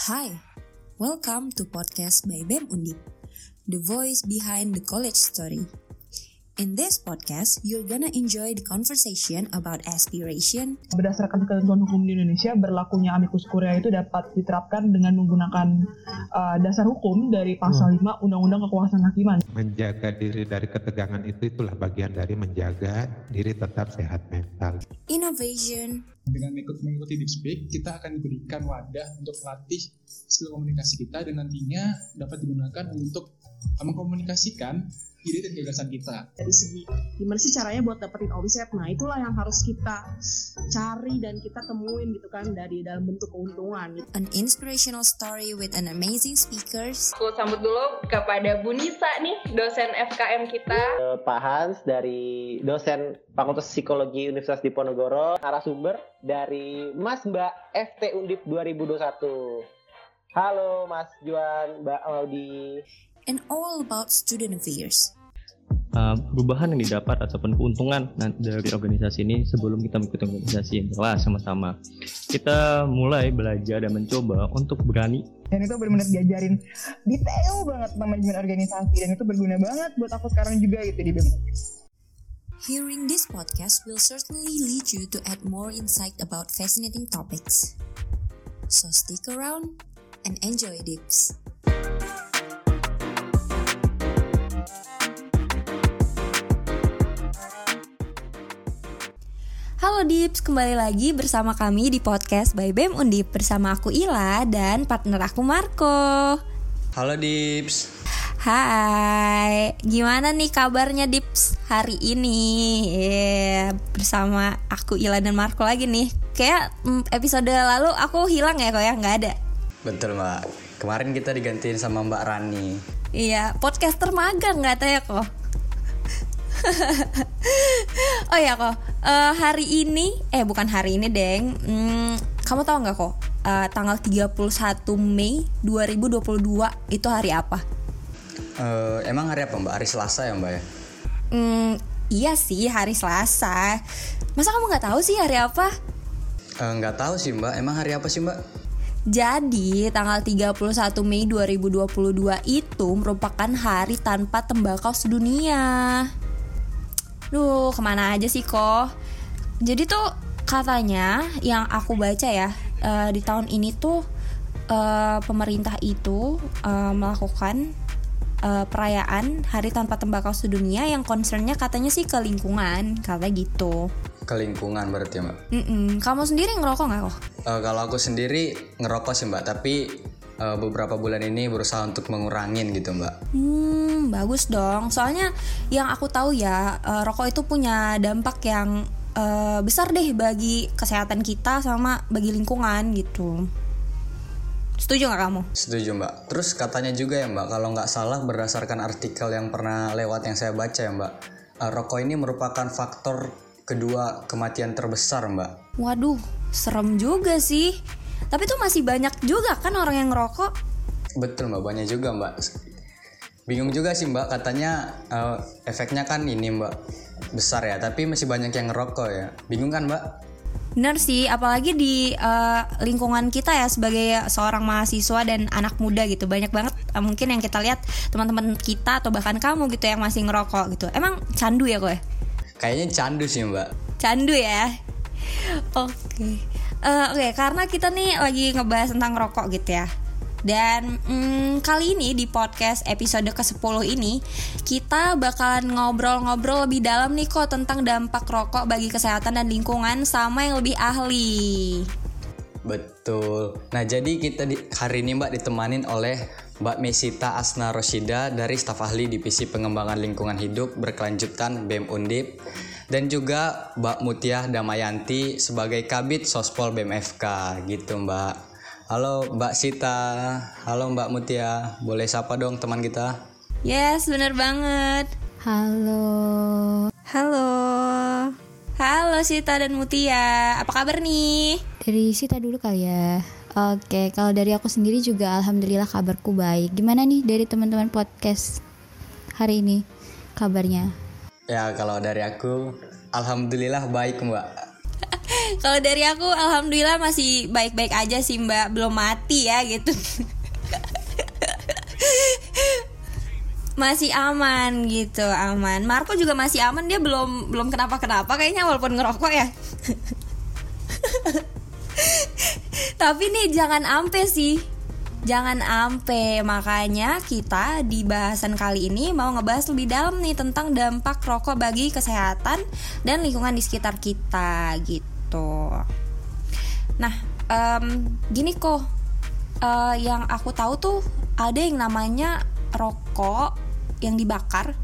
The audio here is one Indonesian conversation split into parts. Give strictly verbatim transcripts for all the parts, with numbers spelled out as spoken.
Hi, welcome to podcast by B E M Undip, the voice behind the college story. In this podcast, you're gonna enjoy the conversation about aspiration. Berdasarkan ketentuan hukum di Indonesia, berlakunya amicus curiae itu dapat diterapkan dengan menggunakan uh, dasar hukum dari pasal hmm. lima Undang-Undang Kekuasaan Kehakiman. Menjaga diri dari ketegangan itu itulah bagian dari menjaga diri tetap sehat mental. Innovation. Dengan mengikuti DeepSpeak, kita akan diberikan wadah untuk melatih skill komunikasi kita dan nantinya dapat digunakan untuk mengkomunikasikan ide dan gagasan kita. Dari segi gimana sih caranya buat dapetin omset, nah itulah yang harus kita cari dan kita temuin gitu kan dari dalam bentuk keuntungan. An inspirational story with an amazing speakers. Aku sambut dulu kepada Bu Nisa nih, dosen F K M kita. Uh, Pak Hans dari dosen Fakultas Psikologi Universitas Diponegoro, narasumber dari Mas Mbak F T Undip dua ribu dua puluh satu. Halo Mas Juan, Mbak Audi. And all about student affairs. Uh, perubahan yang didapat ataupun keuntungan dari organisasi ini sebelum kita mengikuti organisasi yang jelas sama-sama. Kita mulai belajar dan mencoba untuk berani. Dan itu benar-benar diajarin detail banget tentang manajemen organisasi dan itu berguna banget buat aku sekarang juga gitu di B E M. Hearing this podcast will certainly lead you to add more insight about fascinating topics. So stick around and enjoy Dips. Halo Dips, kembali lagi bersama kami di podcast by B E M Undip bersama aku Ila dan partner aku Marco. Halo Dips. Hai, gimana nih kabarnya Dips hari ini? Yeah, bersama aku Ila dan Marco lagi nih. Kayak episode lalu aku hilang ya kok ya, nggak ada. Betul Mbak, kemarin kita digantiin sama Mbak Rani. Iya, podcaster magang nggak tahu ya kok. Oh ya kok, uh, hari ini, eh bukan hari ini deng, hmm, kamu tahu nggak kok, uh, tanggal tiga puluh satu Mei dua ribu dua puluh dua itu hari apa? Uh, emang hari apa Mbak? Hari Selasa ya Mbak ya? Hmm, iya sih hari Selasa. Masa kamu nggak tahu sih hari apa? Uh, nggak tahu sih Mbak, emang hari apa sih Mbak? Jadi tanggal tiga puluh satu Mei dua ribu dua puluh dua itu merupakan hari tanpa tembakau sedunia. Duh, kemana aja sih kok? Jadi tuh katanya yang aku baca ya, uh, di tahun ini tuh uh, pemerintah itu uh, melakukan uh, perayaan Hari Tanpa Tembakau Sedunia yang concernnya katanya sih ke lingkungan, kata gitu. Ke lingkungan berarti ya Mbak? Mm-mm. Kamu sendiri ngerokok nggak kok? Uh, kalau aku sendiri ngerokok sih Mbak, tapi uh, beberapa bulan ini berusaha untuk mengurangin gitu Mbak. Hmm, bagus dong. Soalnya yang aku tahu ya, uh, rokok itu punya dampak yang uh, besar deh bagi kesehatan kita sama bagi lingkungan gitu. Setuju nggak kamu? Setuju Mbak. Terus katanya juga ya Mbak, kalau nggak salah berdasarkan artikel yang pernah lewat yang saya baca ya Mbak, uh, rokok ini merupakan faktor kedua kematian terbesar Mbak. Waduh, serem juga sih. Tapi tuh masih banyak juga kan orang yang ngerokok. Betul Mbak, banyak juga Mbak. Bingung juga sih Mbak, katanya uh, efeknya kan ini Mbak besar ya, tapi masih banyak yang ngerokok ya. Bingung kan Mbak? Bener sih, apalagi di uh, lingkungan kita ya sebagai seorang mahasiswa dan anak muda gitu. Banyak banget uh, mungkin yang kita lihat teman-teman kita atau bahkan kamu gitu yang masih ngerokok gitu. Emang candu ya kok ya? Kayaknya candu sih Mbak. Candu ya? Oke okay. uh, Oke, okay, karena kita nih lagi ngebahas tentang rokok gitu ya. Dan hmm, kali ini di podcast episode kesepuluh ini kita bakalan ngobrol-ngobrol lebih dalam nih kok tentang dampak rokok bagi kesehatan dan lingkungan sama yang lebih ahli. Betul. Nah jadi kita di, hari ini Mbak ditemanin oleh Mbak Mesita Asna Roshida dari staf ahli Divisi Pengembangan Lingkungan Hidup Berkelanjutan B E M Undip, dan juga Mbak Mutia Damayanti sebagai Kabid Sospol B E M F K gitu Mbak. Halo Mbak Sita, halo Mbak Mutia, boleh sapa dong teman kita? Yes, bener banget. Halo. Halo. Halo Sita dan Mutia, apa kabar nih? Dari Sita dulu kali ya. Oke, kalau dari aku sendiri juga alhamdulillah kabarku baik. Gimana nih dari teman-teman podcast hari ini kabarnya? Ya kalau dari aku alhamdulillah baik Mbak. Kalau dari aku alhamdulillah masih baik-baik aja sih Mbak, belum mati ya gitu. Masih aman gitu, aman. Marco juga masih aman, dia belum belum kenapa-kenapa kayaknya walaupun ngerokok ya. Tapi nih jangan ampe sih. Jangan ampe, makanya kita di bahasan kali ini mau ngebahas lebih dalam nih tentang dampak rokok bagi kesehatan dan lingkungan di sekitar kita gitu. Nah, um, gini kok, uh, yang aku tahu tuh ada yang namanya rokok yang dibakar,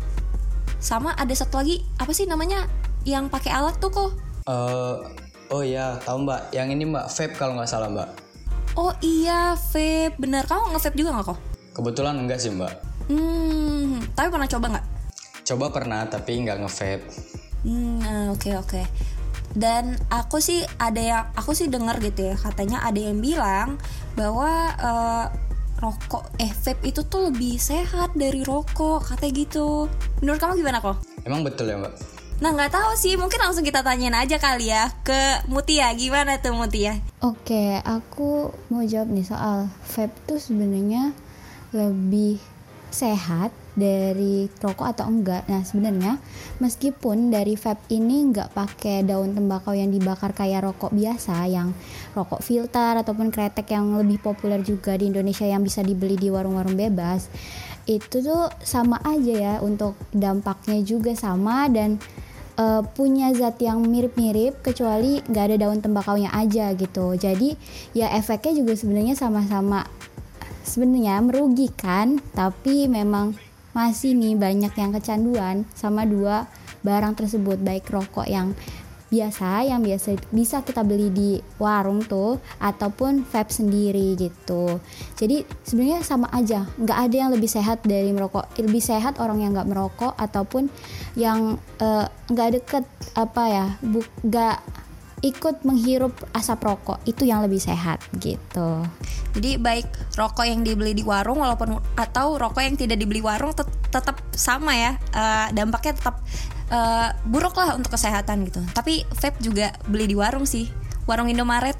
sama ada satu lagi apa sih namanya yang pakai alat tuh kok? Uh, oh ya, tahu Mbak. Yang ini Mbak, vape kalau nggak salah Mbak. Oh iya, vape. Bener, kamu nge-vape juga nggak kok? Kebetulan enggak sih Mbak. Hmm, tapi pernah coba nggak? Coba pernah, tapi nggak nge-vape. Hmm, oke okay, oke. Okay. Dan aku sih ada yang aku sih dengar gitu ya, katanya ada yang bilang bahwa uh, rokok eh vape itu tuh lebih sehat dari rokok, katanya gitu. Menurut kamu gimana kok? Emang betul ya Mbak? Nah nggak tahu sih, mungkin langsung kita tanyain aja kali ya ke Mutia. Gimana tuh Mutia? Oke, aku mau jawab nih soal vape tuh sebenarnya lebih sehat dari rokok atau enggak. Nah sebenarnya meskipun dari vape ini nggak pakai daun tembakau yang dibakar kayak rokok biasa, yang rokok filter ataupun kretek yang lebih populer juga di Indonesia yang bisa dibeli di warung-warung bebas, itu tuh sama aja ya, untuk dampaknya juga sama dan Uh, punya zat yang mirip-mirip, kecuali nggak ada daun tembakaunya aja gitu. Jadi ya efeknya juga sebenarnya sama-sama sebenarnya merugikan, tapi memang masih nih banyak yang kecanduan sama dua barang tersebut, baik rokok yang biasa yang biasa bisa kita beli di warung tuh ataupun vape sendiri gitu. Jadi sebenarnya sama aja, nggak ada yang lebih sehat dari merokok. Lebih sehat orang yang nggak merokok ataupun yang nggak uh, deket apa ya, nggak ikut menghirup asap rokok, itu yang lebih sehat gitu. Jadi baik rokok yang dibeli di warung walaupun atau rokok yang tidak dibeli warung tet- tetap sama ya, uh, dampaknya tetap uh, buruk lah untuk kesehatan gitu. Tapi vape juga beli di warung sih, warung Indomaret.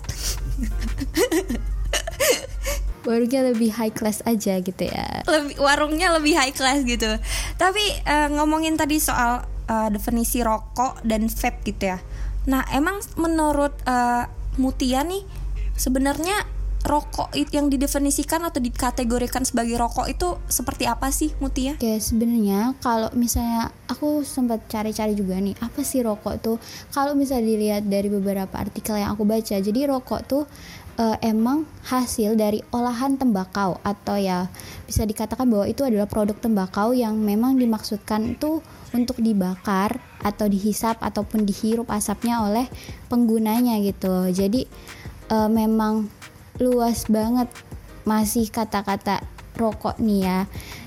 Warungnya lebih high class aja gitu ya. Lebih, warungnya lebih high class gitu. Tapi uh, ngomongin tadi soal uh, definisi rokok dan vape gitu ya. Nah, emang menurut uh, Mutia nih, sebenarnya rokok yang didefinisikan atau dikategorikan sebagai rokok itu seperti apa sih Mutia? Oke, sebenarnya kalau misalnya aku sempat cari-cari juga nih, apa sih rokok tuh? Kalau misalnya dilihat dari beberapa artikel yang aku baca, jadi rokok tuh uh, emang hasil dari olahan tembakau, atau ya bisa dikatakan bahwa itu adalah produk tembakau yang memang dimaksudkan itu untuk dibakar atau dihisap ataupun dihirup asapnya oleh penggunanya gitu. Jadi uh, memang luas banget masih kata-kata rokok nih ya.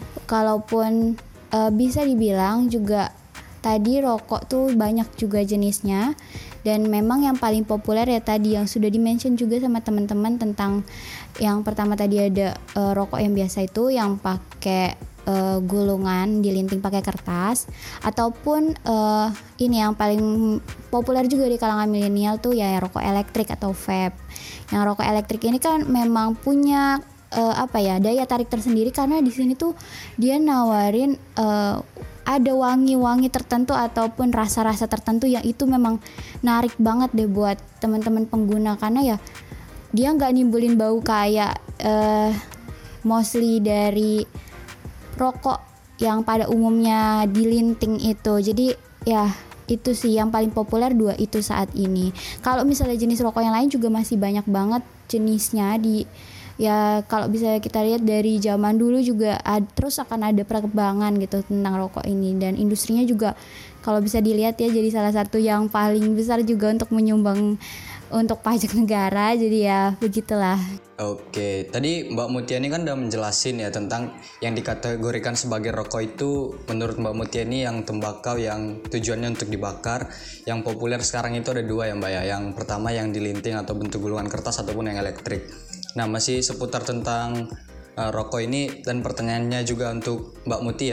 Kalaupun uh, bisa dibilang juga tadi rokok tuh banyak juga jenisnya, dan memang yang paling populer ya tadi yang sudah di-mention juga sama teman-teman tentang yang pertama tadi ada uh, rokok yang biasa itu yang pakai uh, gulungan dilinting pakai kertas, ataupun uh, ini yang paling populer juga di kalangan milenial tuh ya rokok elektrik atau vape. Yang rokok elektrik ini kan memang punya uh, apa ya daya tarik tersendiri, karena di sini tuh dia nawarin uh, ada wangi-wangi tertentu ataupun rasa-rasa tertentu yang itu memang narik banget deh buat teman-teman pengguna, karena ya dia nggak nimbulin bau kayak uh, mostly dari rokok yang pada umumnya dilinting itu. Jadi ya itu sih yang paling populer, dua itu saat ini. Kalau misalnya jenis rokok yang lain juga masih banyak banget jenisnya di ya kalau bisa kita lihat dari zaman dulu juga ad, terus akan ada perkembangan gitu tentang rokok ini, dan industrinya juga kalau bisa dilihat ya jadi salah satu yang paling besar juga untuk menyumbang untuk pajak negara. Jadi ya begitulah. Oke, tadi Mbak Mutia ini kan udah menjelasin ya tentang yang dikategorikan sebagai rokok itu menurut Mbak Mutia ini yang tembakau yang tujuannya untuk dibakar. Yang populer sekarang itu ada dua ya Mbak ya. Yang pertama yang dilinting atau bentuk gulungan kertas ataupun yang elektrik. Nah, masih seputar tentang uh, rokok ini dan pertanyaannya juga untuk Mbak Mutia.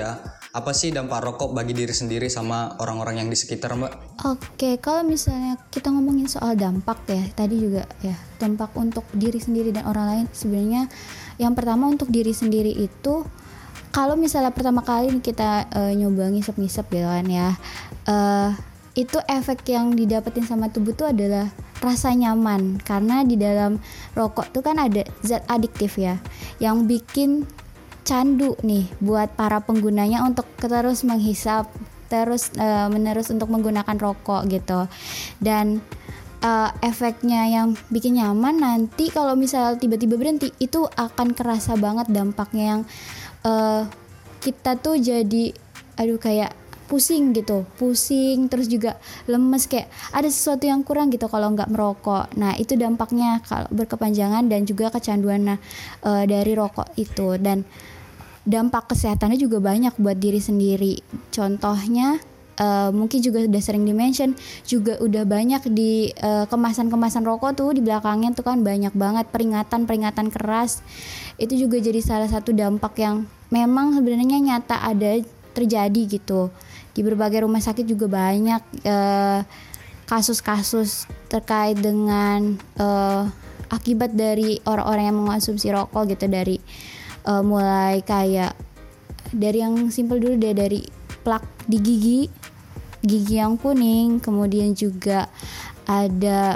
Apa sih dampak rokok bagi diri sendiri sama orang-orang yang di sekitar, Mbak? Oke, kalau misalnya kita ngomongin soal dampak ya, tadi juga ya, dampak untuk diri sendiri dan orang lain, sebenarnya yang pertama untuk diri sendiri itu, kalau misalnya pertama kali kita uh, nyoba ngisep-ngisep gitu kan ya, uh, itu efek yang didapetin sama tubuh tuh adalah rasa nyaman, karena di dalam rokok tuh kan ada zat adiktif ya, yang bikin candu nih buat para penggunanya untuk terus menghisap terus uh, menerus untuk menggunakan rokok gitu. Dan uh, efeknya yang bikin nyaman, nanti kalau misalnya tiba-tiba berhenti itu akan kerasa banget dampaknya, yang uh, kita tuh jadi aduh kayak pusing gitu, pusing terus juga lemes, kayak ada sesuatu yang kurang gitu kalau nggak merokok. Nah itu dampaknya kalau berkepanjangan dan juga kecanduan nah, uh, dari rokok itu. Dan dampak kesehatannya juga banyak buat diri sendiri. Contohnya uh, mungkin juga udah sering di-mention, juga udah banyak di uh, kemasan-kemasan rokok tuh di belakangnya tuh kan banyak banget peringatan-peringatan keras. Itu juga jadi salah satu dampak yang memang sebenarnya nyata ada terjadi gitu. Di berbagai rumah sakit juga banyak uh, kasus-kasus terkait dengan uh, akibat dari orang-orang yang mengonsumsi rokok gitu, dari Uh, mulai kayak dari yang simpel dulu deh, dari plak di gigi gigi yang kuning, kemudian juga ada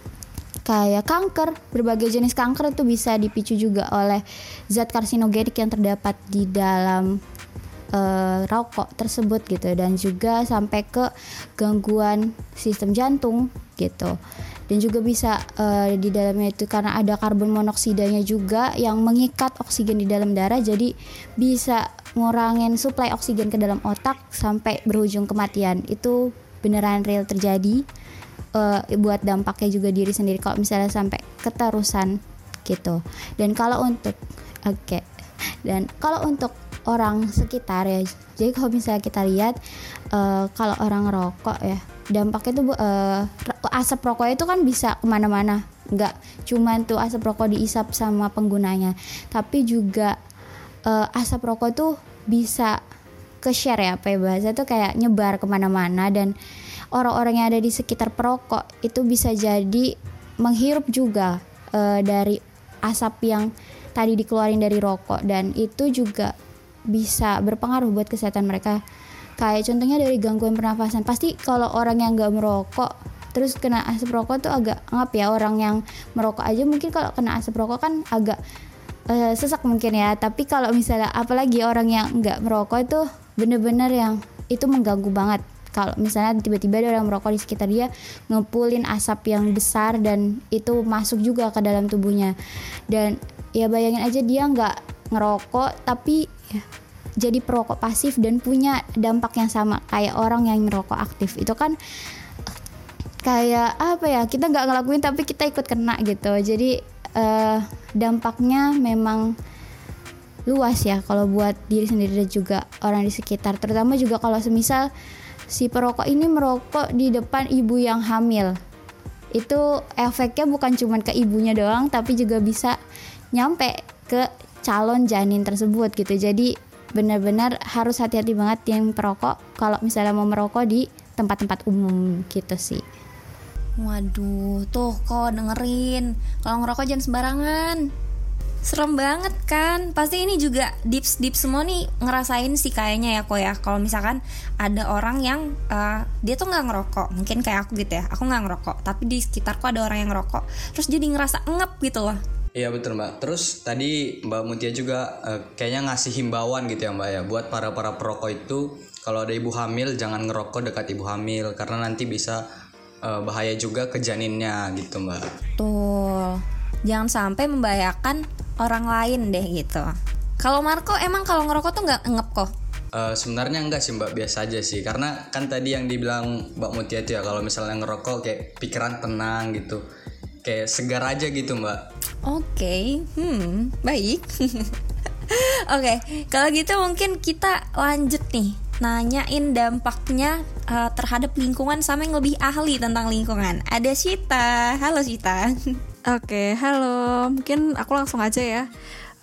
kayak kanker, berbagai jenis kanker itu bisa dipicu juga oleh zat karsinogenik yang terdapat di dalam uh, rokok tersebut gitu, dan juga sampai ke gangguan sistem jantung gitu. Dan juga bisa uh, di dalamnya itu karena ada karbon monoksidanya juga yang mengikat oksigen di dalam darah, jadi bisa ngurangin suplai oksigen ke dalam otak sampai berujung kematian. Itu beneran real terjadi. Uh, buat dampaknya juga diri sendiri kalau misalnya sampai keterusan gitu. Dan kalau untuk oke okay. dan kalau untuk orang sekitar ya, jadi kalau misalnya kita lihat uh, kalau orang ngerokok ya, dampaknya tuh uh, asap rokoknya itu kan bisa kemana-mana, nggak cuman tuh asap rokok diisap sama penggunanya, tapi juga uh, asap rokok tuh bisa ke share ya, apa ya bahasa tuh kayak nyebar kemana-mana, dan orang-orang yang ada di sekitar perokok itu bisa jadi menghirup juga uh, dari asap yang tadi dikeluarin dari rokok, dan itu juga bisa berpengaruh buat kesehatan mereka. Kayak contohnya dari gangguan pernafasan, pasti kalau orang yang nggak merokok terus kena asap rokok tuh agak ngap ya. Orang yang merokok aja mungkin kalau kena asap rokok kan agak uh, sesak mungkin ya, tapi kalau misalnya apalagi orang yang nggak merokok itu bener-bener yang itu mengganggu banget. Kalau misalnya tiba-tiba ada orang merokok di sekitar dia, ngepulin asap yang besar dan itu masuk juga ke dalam tubuhnya. Dan ya bayangin aja dia nggak ngerokok tapi ya, jadi perokok pasif dan punya dampak yang sama kayak orang yang merokok aktif. Itu kan kayak apa ya, kita nggak ngelakuin tapi kita ikut kena gitu. Jadi eh, dampaknya memang luas ya kalau buat diri sendiri dan juga orang di sekitar. Terutama juga kalau semisal si perokok ini merokok di depan ibu yang hamil, itu efeknya bukan cuma ke ibunya doang, tapi juga bisa nyampe ke calon janin tersebut gitu. Jadi benar-benar harus hati-hati banget yang perokok kalau misalnya mau merokok di tempat-tempat umum gitu sih. Waduh, tuh kok dengerin, kalau ngerokok jangan sembarangan. Serem banget kan. Pasti ini juga dips-dips semua nih ngerasain sih kayaknya ya kok ya. Kalau misalkan ada orang yang uh, dia tuh gak ngerokok, mungkin kayak aku gitu ya, aku gak ngerokok, tapi di sekitarku ada orang yang ngerokok, terus jadi ngerasa ngep gitu loh. Iya betul Mbak. Terus tadi Mbak Mutia juga uh, kayaknya ngasih himbauan gitu ya Mbak ya, buat para-para perokok itu kalau ada ibu hamil jangan ngerokok dekat ibu hamil, karena nanti bisa uh, bahaya juga ke janinnya gitu Mbak. Tuh, jangan sampai membahayakan orang lain deh gitu. Kalau Marco emang kalau ngerokok tuh nggak ngep kok? Uh, sebenarnya enggak sih Mbak, biasa aja sih. Karena kan tadi yang dibilang Mbak Mutia itu ya, kalau misalnya ngerokok kayak pikiran tenang gitu, kayak segar aja gitu Mbak. Oke, okay. hmm, baik. Oke, okay. Kalau gitu mungkin kita lanjut nih, nanyain dampaknya uh, terhadap lingkungan sama yang lebih ahli tentang lingkungan. Ada Sita. Halo Sita. Oke, halo. Mungkin aku langsung aja ya.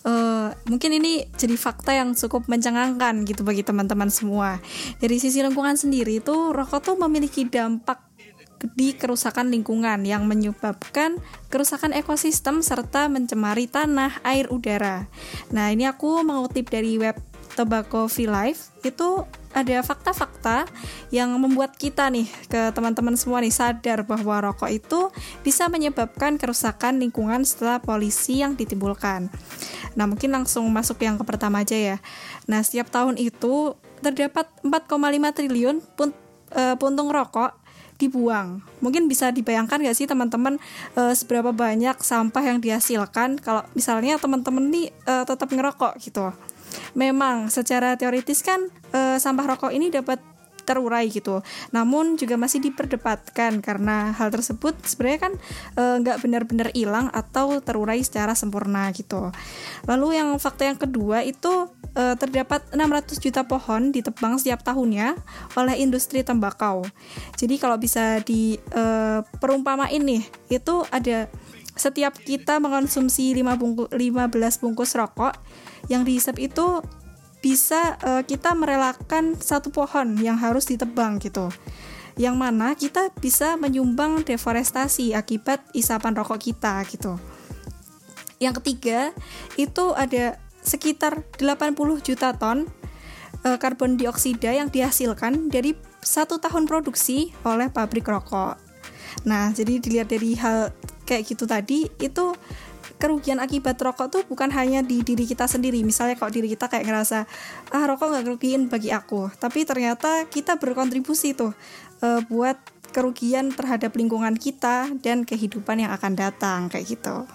uh, mungkin ini jadi fakta yang cukup mencengangkan gitu bagi teman-teman semua. Dari sisi lingkungan sendiri itu rokok tuh memiliki dampak di kerusakan lingkungan yang menyebabkan kerusakan ekosistem serta mencemari tanah, air, udara. Nah, ini aku mengutip dari web Tobacco Free Life. Itu ada fakta-fakta yang membuat kita nih, ke teman-teman semua nih, sadar bahwa rokok itu bisa menyebabkan kerusakan lingkungan setelah polusi yang ditimbulkan. Nah, mungkin langsung masuk yang ke pertama aja ya. Nah, setiap tahun itu terdapat empat koma lima triliun punt, e, puntung rokok dibuang. Mungkin bisa dibayangkan gak sih teman-teman e, seberapa banyak sampah yang dihasilkan kalau misalnya teman-teman nih e, tetap ngerokok gitu. Memang secara teoritis kan e, sampah rokok ini dapat terurai gitu. Namun juga masih diperdebatkan karena hal tersebut sebenarnya kan nggak e, benar-benar hilang atau terurai secara sempurna gitu. Lalu yang fakta yang kedua itu e, terdapat enam ratus juta pohon ditebang setiap tahunnya oleh industri tembakau. Jadi kalau bisa di e, perumpamain nih, itu ada setiap kita mengkonsumsi lima bungkus, lima belas bungkus rokok, yang dihisap itu bisa uh, kita merelakan satu pohon yang harus ditebang gitu. Yang mana kita bisa menyumbang deforestasi akibat isapan rokok kita gitu. Yang ketiga, itu ada sekitar delapan puluh juta ton uh, karbon dioksida yang dihasilkan dari satu tahun produksi oleh pabrik rokok. Nah, jadi dilihat dari hal kayak gitu tadi, itu kerugian akibat rokok tuh bukan hanya di diri kita sendiri. Misalnya kalau diri kita kayak ngerasa, ah rokok gak kerugian bagi aku, tapi ternyata kita berkontribusi tuh e, buat kerugian terhadap lingkungan kita dan kehidupan yang akan datang, kayak gitu.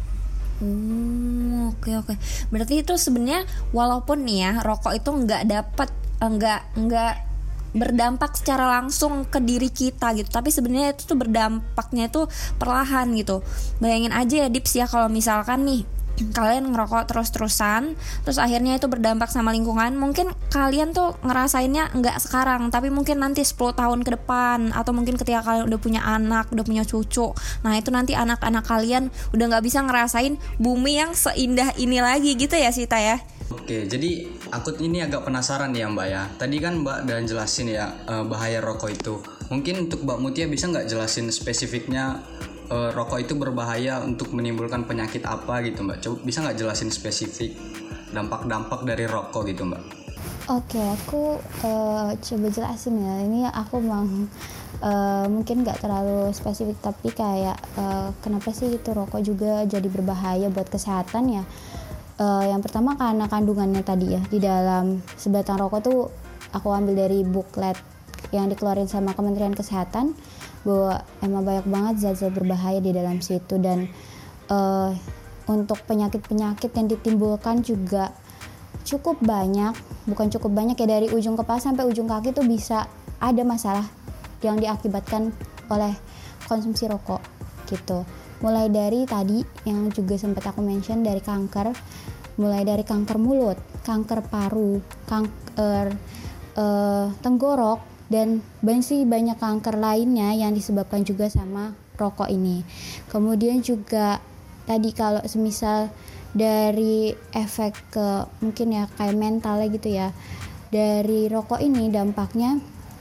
Hmm, oke oke. Berarti itu sebenarnya walaupun nih ya rokok itu nggak dapat nggak nggak berdampak secara langsung ke diri kita gitu, tapi sebenarnya itu tuh berdampaknya itu perlahan gitu. Bayangin aja ya Dips ya, kalau misalkan nih kalian ngerokok terus-terusan, terus akhirnya itu berdampak sama lingkungan. Mungkin kalian tuh ngerasainnya nggak sekarang, tapi mungkin nanti sepuluh tahun ke depan, atau mungkin ketika kalian udah punya anak, udah punya cucu. Nah itu nanti anak-anak kalian udah nggak bisa ngerasain bumi yang seindah ini lagi gitu ya Sita ya. Oke, jadi aku ini agak penasaran nih ya Mbak ya. Tadi kan Mbak udah jelasin ya uh, bahaya rokok itu. Mungkin untuk Mbak Mutia bisa nggak jelasin spesifiknya uh, rokok itu berbahaya untuk menimbulkan penyakit apa gitu Mbak? Coba bisa nggak jelasin spesifik dampak-dampak dari rokok gitu Mbak? Oke, aku uh, coba jelasin ya. Ini aku memang uh, mungkin nggak terlalu spesifik, tapi kayak uh, kenapa sih itu rokok juga jadi berbahaya buat kesehatan ya? Uh, yang pertama karena kandungannya tadi ya, di dalam sebatang rokok tuh aku ambil dari booklet yang dikeluarin sama Kementerian Kesehatan, bahwa emang banyak banget zat-zat berbahaya di dalam situ. Dan uh, untuk penyakit-penyakit yang ditimbulkan juga cukup banyak, bukan cukup banyak ya, dari ujung kepala sampai ujung kaki tuh bisa ada masalah yang diakibatkan oleh konsumsi rokok gitu. Mulai dari tadi yang juga sempat aku mention, dari kanker, mulai dari kanker mulut, kanker paru, kanker uh, tenggorok, dan masih banyak kanker lainnya yang disebabkan juga sama rokok ini. Kemudian juga tadi kalau semisal dari efek ke mungkin ya kayak mentalnya gitu ya, dari rokok ini dampaknya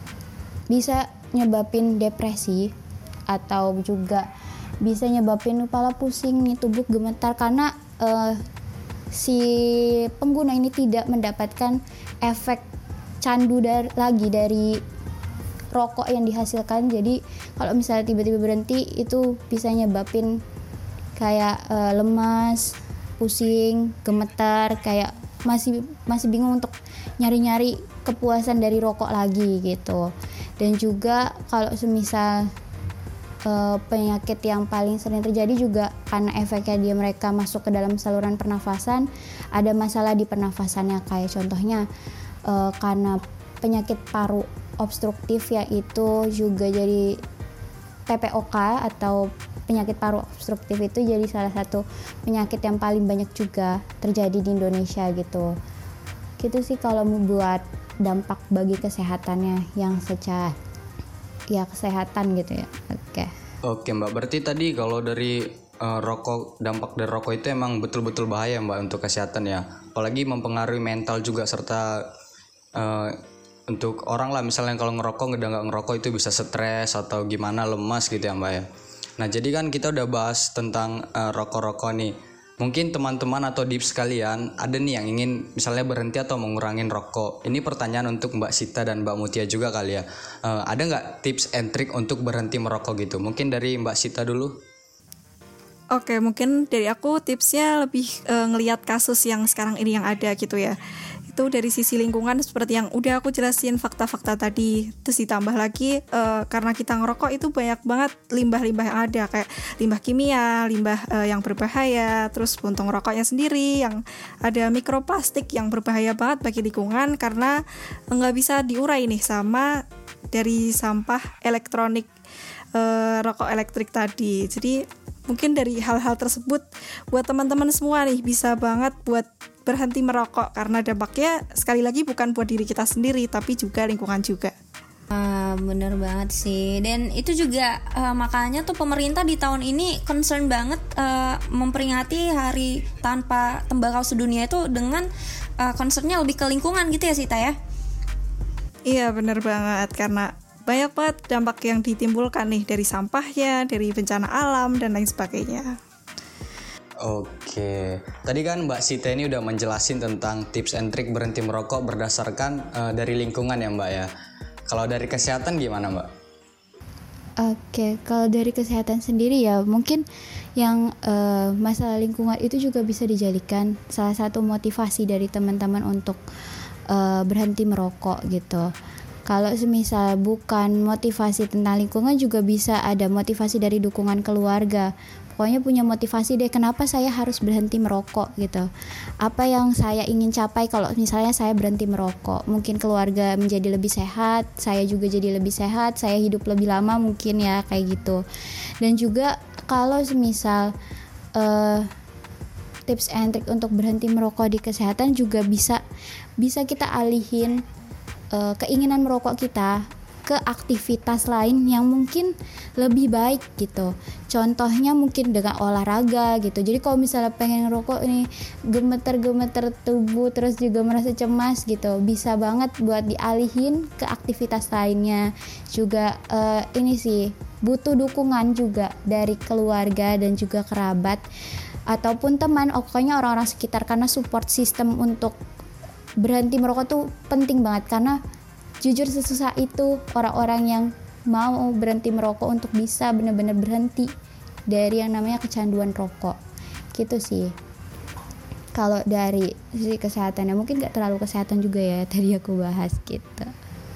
bisa nyebabin depresi, atau juga bisa nyebabin kepala pusing, tubuh gemetar, karena uh, si pengguna ini tidak mendapatkan efek candu dari, lagi dari rokok yang dihasilkan. Jadi kalau misalnya tiba-tiba berhenti, itu bisa nyebabin kayak uh, lemas, pusing, gemetar, kayak masih masih bingung untuk nyari-nyari kepuasan dari rokok lagi gitu. Dan juga kalau semisal Uh, penyakit yang paling sering terjadi juga karena efeknya dia mereka masuk ke dalam saluran pernafasan, ada masalah di pernafasannya, kayak contohnya uh, karena penyakit paru obstruktif, yaitu juga jadi P P O K atau penyakit paru obstruktif itu jadi salah satu penyakit yang paling banyak juga terjadi di Indonesia gitu. Gitu sih kalau membuat dampak bagi kesehatannya yang secara ya kesehatan gitu ya. Oke. Oke Mbak, berarti tadi kalau dari uh, rokok dampak dari rokok itu emang betul-betul bahaya Mbak untuk kesehatan ya. Apalagi mempengaruhi mental juga serta uh, untuk orang lah misalnya kalau ngerokok udah nggak ngerokok itu bisa stres atau gimana lemas gitu ya Mbak ya. Nah jadi kan kita udah bahas tentang uh, rokok-rokok nih. Mungkin teman-teman atau dips sekalian ada nih yang ingin misalnya berhenti atau mengurangin rokok. Ini pertanyaan untuk Mbak Sita dan Mbak Mutia juga kali ya. Uh, ada nggak tips and trick untuk berhenti merokok gitu? Mungkin dari Mbak Sita dulu. Oke, mungkin dari aku tipsnya lebih uh, ngelihat kasus yang sekarang ini yang ada gitu ya. Itu dari sisi lingkungan seperti yang udah aku jelasin fakta-fakta tadi. Terus ditambah lagi uh, karena kita ngerokok itu banyak banget limbah-limbah yang ada, kayak limbah kimia, limbah uh, yang berbahaya, terus puntung rokoknya sendiri yang ada mikroplastik yang berbahaya banget bagi lingkungan karena nggak bisa diurai nih sama dari sampah elektronik, uh, rokok elektrik tadi. Jadi mungkin dari hal-hal tersebut buat teman-teman semua nih bisa banget buat berhenti merokok karena dampaknya sekali lagi bukan buat diri kita sendiri tapi juga lingkungan juga. Uh, bener banget sih. Dan itu juga uh, makanya tuh pemerintah di tahun ini concern banget uh, memperingati hari tanpa tembakau sedunia itu dengan uh, concernnya lebih ke lingkungan gitu ya Sita ya. Iya bener banget karena banyak banget dampak yang ditimbulkan nih dari sampahnya, dari bencana alam dan lain sebagainya. Oke, tadi kan Mbak Sita ini udah menjelasin tentang tips and trick berhenti merokok berdasarkan uh, dari lingkungan ya Mbak ya. Kalau dari kesehatan gimana Mbak? Oke, kalau dari kesehatan sendiri ya mungkin yang uh, masalah lingkungan itu juga bisa dijadikan salah satu motivasi dari teman-teman untuk uh, berhenti merokok gitu. Kalau semisal bukan motivasi tentang lingkungan juga bisa ada motivasi dari dukungan keluarga. Pokoknya punya motivasi deh kenapa saya harus berhenti merokok gitu. Apa yang saya ingin capai kalau misalnya saya berhenti merokok. Mungkin keluarga menjadi lebih sehat, saya juga jadi lebih sehat, saya hidup lebih lama mungkin ya kayak gitu. Dan juga kalau semisal uh, tips and trick untuk berhenti merokok di kesehatan juga bisa bisa kita alihin uh, keinginan merokok kita ke aktivitas lain yang mungkin lebih baik gitu. Contohnya mungkin dengan olahraga gitu. Jadi kalau misalnya pengen ngerokok ini gemeter-gemeter tubuh terus juga merasa cemas gitu, bisa banget buat dialihin ke aktivitas lainnya. Juga uh, ini sih butuh dukungan juga dari keluarga dan juga kerabat ataupun teman, pokoknya orang-orang sekitar karena support system untuk berhenti merokok tuh penting banget karena jujur sesusah itu orang-orang yang mau berhenti merokok untuk bisa benar-benar berhenti dari yang namanya kecanduan rokok gitu sih. Kalau dari sisi kesehatannya mungkin gak terlalu kesehatan juga ya tadi aku bahas gitu.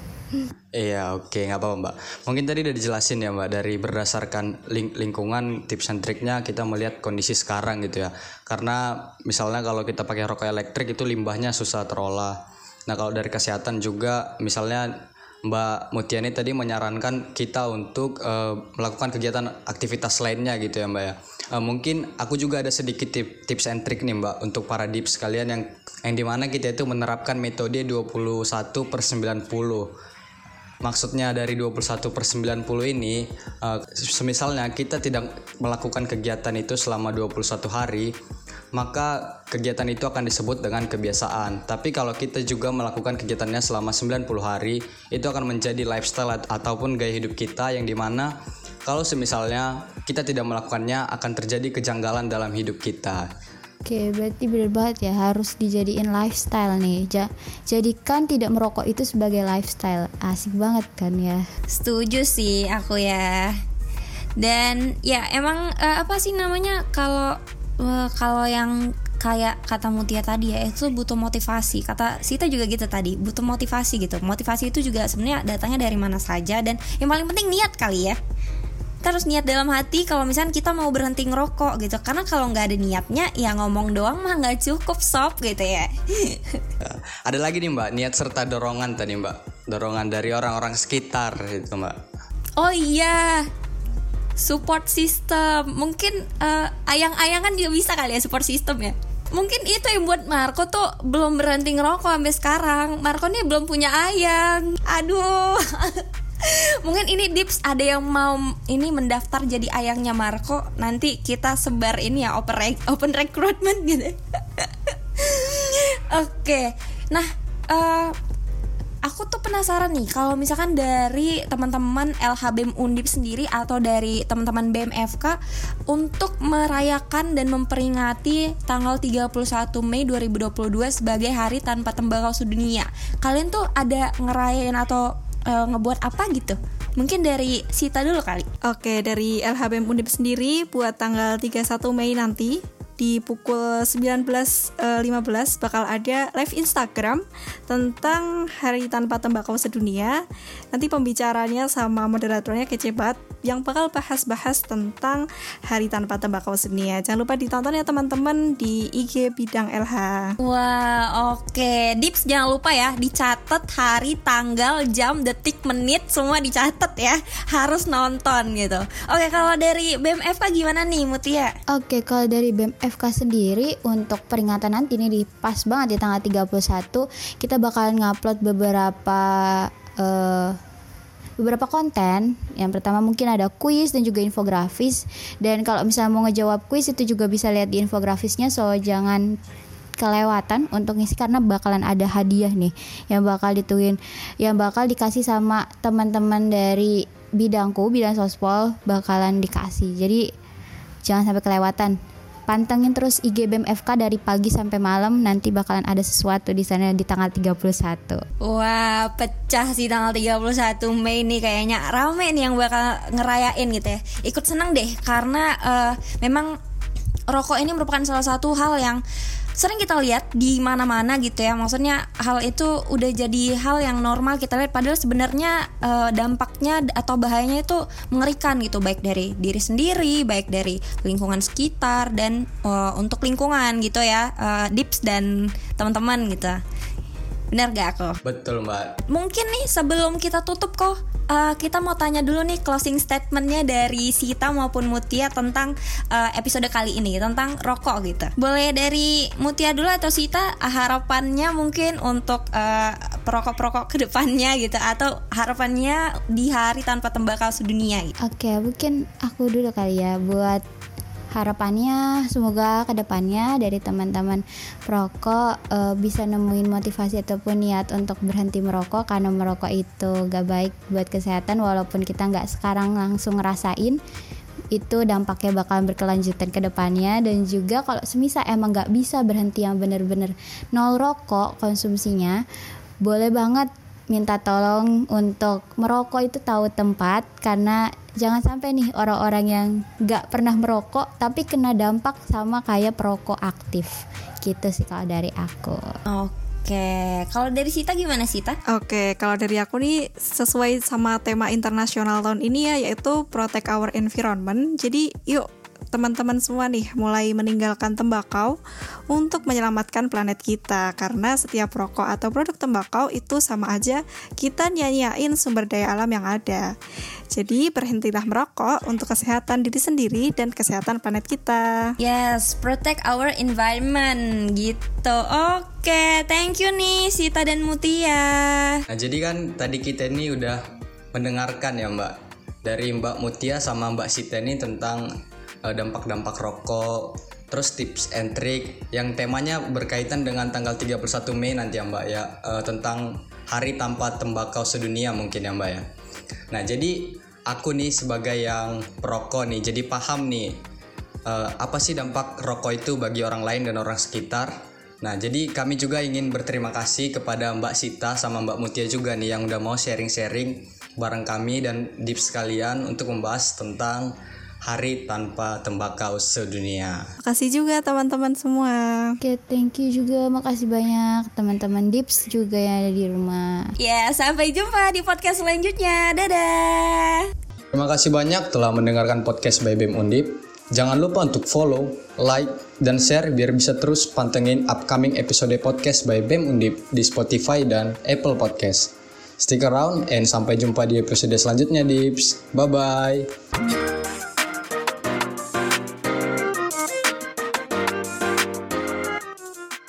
Iya oke okay, gak apa-apa Mbak. Mungkin tadi udah dijelasin ya Mbak dari berdasarkan ling- lingkungan tips and triknya kita melihat kondisi sekarang gitu ya. Karena misalnya kalau kita pakai rokok elektrik itu limbahnya susah terolah. Nah kalau dari kesehatan juga misalnya Mbak Mutiani tadi menyarankan kita untuk uh, melakukan kegiatan aktivitas lainnya gitu ya Mbak ya. Uh, mungkin aku juga ada sedikit tip, tips and trick nih Mbak untuk para dips sekalian yang yang dimana kita itu menerapkan metode dua puluh satu per sembilan puluh. Maksudnya dari dua puluh satu per sembilan puluh ini uh, semisalnya kita tidak melakukan kegiatan itu selama dua puluh satu hari, maka kegiatan itu akan disebut dengan kebiasaan. Tapi kalau kita juga melakukan kegiatannya selama sembilan puluh hari, itu akan menjadi lifestyle ataupun gaya hidup kita yang dimana kalau semisalnya kita tidak melakukannya akan terjadi kejanggalan dalam hidup kita. Oke, berarti benar banget ya harus dijadiin lifestyle nih. Ja- jadikan tidak merokok itu sebagai lifestyle. Asik banget kan ya. Setuju sih aku ya. Dan ya emang uh, apa sih namanya kalau uh, kalau yang kayak kata Mutia tadi ya itu butuh motivasi. Kata Sita juga gitu tadi, butuh motivasi gitu. Motivasi itu juga sebenarnya datangnya dari mana saja dan yang paling penting niat kali ya. Kita harus niat dalam hati kalau misalnya kita mau berhenti ngerokok gitu. Karena kalau nggak ada niatnya ya ngomong doang mah nggak cukup sob gitu ya. Ada lagi nih Mbak, niat serta dorongan tadi Mbak. Dorongan dari orang-orang sekitar gitu Mbak. Oh iya, support system. Mungkin uh, ayang-ayangan juga bisa kali ya support system ya. Mungkin itu yang buat Marco tuh belum berhenti ngerokok sampai sekarang. Marco nih belum punya ayang. Aduh. Mungkin ini Dips ada yang mau ini mendaftar jadi ayangnya Marco, nanti kita sebar ini ya open rec- open recruitment gitu. Oke, nah uh, aku tuh penasaran nih kalau misalkan dari teman-teman L H B M Undip sendiri atau dari teman-teman B M F K untuk merayakan dan memperingati tanggal tiga puluh satu Mei dua ribu dua puluh dua sebagai Hari Tanpa Tembakau Sedunia. Kalian tuh ada ngerayain atau uh, ngebuat apa gitu? Mungkin dari Sita dulu kali. Oke, dari L H B M Undip sendiri buat tanggal tiga puluh satu Mei nanti di pukul sembilan belas lima belas bakal ada live Instagram tentang Hari Tanpa Tembakau Sedunia. Nanti pembicaranya sama moderatornya kece banget yang bakal bahas-bahas tentang Hari Tanpa Tembakau Sedunia. Jangan lupa ditonton ya teman-teman di I G Bidang L H. Wah, oke. Okay. Dips jangan lupa ya dicatat hari, tanggal, jam, detik, menit semua dicatat ya. Harus nonton gitu. Oke, okay, kalau dari B M F K gimana nih Mutia? Oke, okay, kalau dari B M F K sendiri untuk peringatan nanti nih di pas banget di tanggal tiga puluh satu kita bakalan ngupload beberapa uh, beberapa konten. Yang pertama mungkin ada kuis dan juga infografis, dan kalau misalnya mau ngejawab kuis itu juga bisa lihat di infografisnya, so jangan kelewatan untuk ngisi karena bakalan ada hadiah nih yang bakal dituin yang bakal dikasih sama teman-teman dari bidangku, bidang sospol bakalan dikasih. Jadi jangan sampai kelewatan. Pantengin terus I G B M F K dari pagi sampai malam, nanti bakalan ada sesuatu di sana di tanggal tiga puluh satu. Wah, pecah sih tanggal tiga puluh satu Mei nih, kayaknya rame nih yang bakal ngerayain gitu ya. Ikut seneng deh karena uh, memang rokok ini merupakan salah satu hal yang sering kita lihat di mana-mana gitu ya. Maksudnya hal itu udah jadi hal yang normal kita lihat, padahal sebenarnya uh, dampaknya atau bahayanya itu mengerikan gitu, baik dari diri sendiri, baik dari lingkungan sekitar dan uh, untuk lingkungan gitu ya, uh, Dips dan teman-teman gitu. Benar gak aku? Betul Mbak. Mungkin nih sebelum kita tutup kok uh, kita mau tanya dulu nih closing statementnya dari Sita maupun Mutia tentang uh, episode kali ini tentang rokok gitu. Boleh dari Mutia dulu atau Sita, harapannya mungkin untuk uh, perokok-perokok kedepannya gitu, atau harapannya di Hari Tanpa Tembakau Sedunia gitu. Oke, mungkin aku dulu kali ya. Buat harapannya semoga kedepannya dari teman-teman perokok e, bisa nemuin motivasi ataupun niat untuk berhenti merokok, karena merokok itu gak baik buat kesehatan. Walaupun kita gak sekarang langsung ngerasain, itu dampaknya bakal berkelanjutan ke depannya. Dan juga kalau semisal emang gak bisa berhenti yang bener-bener nol rokok konsumsinya, boleh banget minta tolong untuk merokok itu tahu tempat, karena jangan sampai nih orang-orang yang gak pernah merokok tapi kena dampak sama kayak perokok aktif gitu sih kalau dari aku. Oke, kalau dari Sita gimana Sita? Oke, kalau dari aku nih sesuai sama tema internasional tahun ini ya, yaitu Protect Our Environment. Jadi yuk teman-teman semua nih mulai meninggalkan tembakau untuk menyelamatkan planet kita, karena setiap rokok atau produk tembakau itu sama aja kita nyanyain sumber daya alam yang ada. Jadi berhentilah merokok untuk kesehatan diri sendiri dan kesehatan planet kita. Yes, protect our environment gitu. Oke, thank you nih Sita dan Mutia. Nah jadi kan tadi kita ini udah mendengarkan ya Mbak, dari Mbak Mutia sama Mbak Sita ini tentang dampak-dampak rokok, terus tips and trick yang temanya berkaitan dengan tanggal tiga puluh satu Mei nanti ya Mbak ya, uh, tentang Hari Tanpa Tembakau Sedunia mungkin ya Mbak ya. Nah jadi aku nih sebagai yang perokok nih jadi paham nih uh, apa sih dampak rokok itu bagi orang lain dan orang sekitar. Nah jadi kami juga ingin berterima kasih kepada Mbak Sita sama Mbak Mutia juga nih yang udah mau sharing-sharing bareng kami dan Dips sekalian untuk membahas tentang Hari Tanpa Tembakau Sedunia. Makasih juga teman-teman semua. Oke, okay, thank you juga. Makasih banyak teman-teman Dips juga yang ada di rumah. Ya, yeah, sampai jumpa di podcast selanjutnya. Dadah. Terima kasih banyak telah mendengarkan podcast by B M Undip. Jangan lupa untuk follow, like, dan share biar bisa terus pantengin upcoming episode podcast by B M Undip di Spotify dan Apple Podcast. Stick around and sampai jumpa di episode selanjutnya Dips. Bye-bye.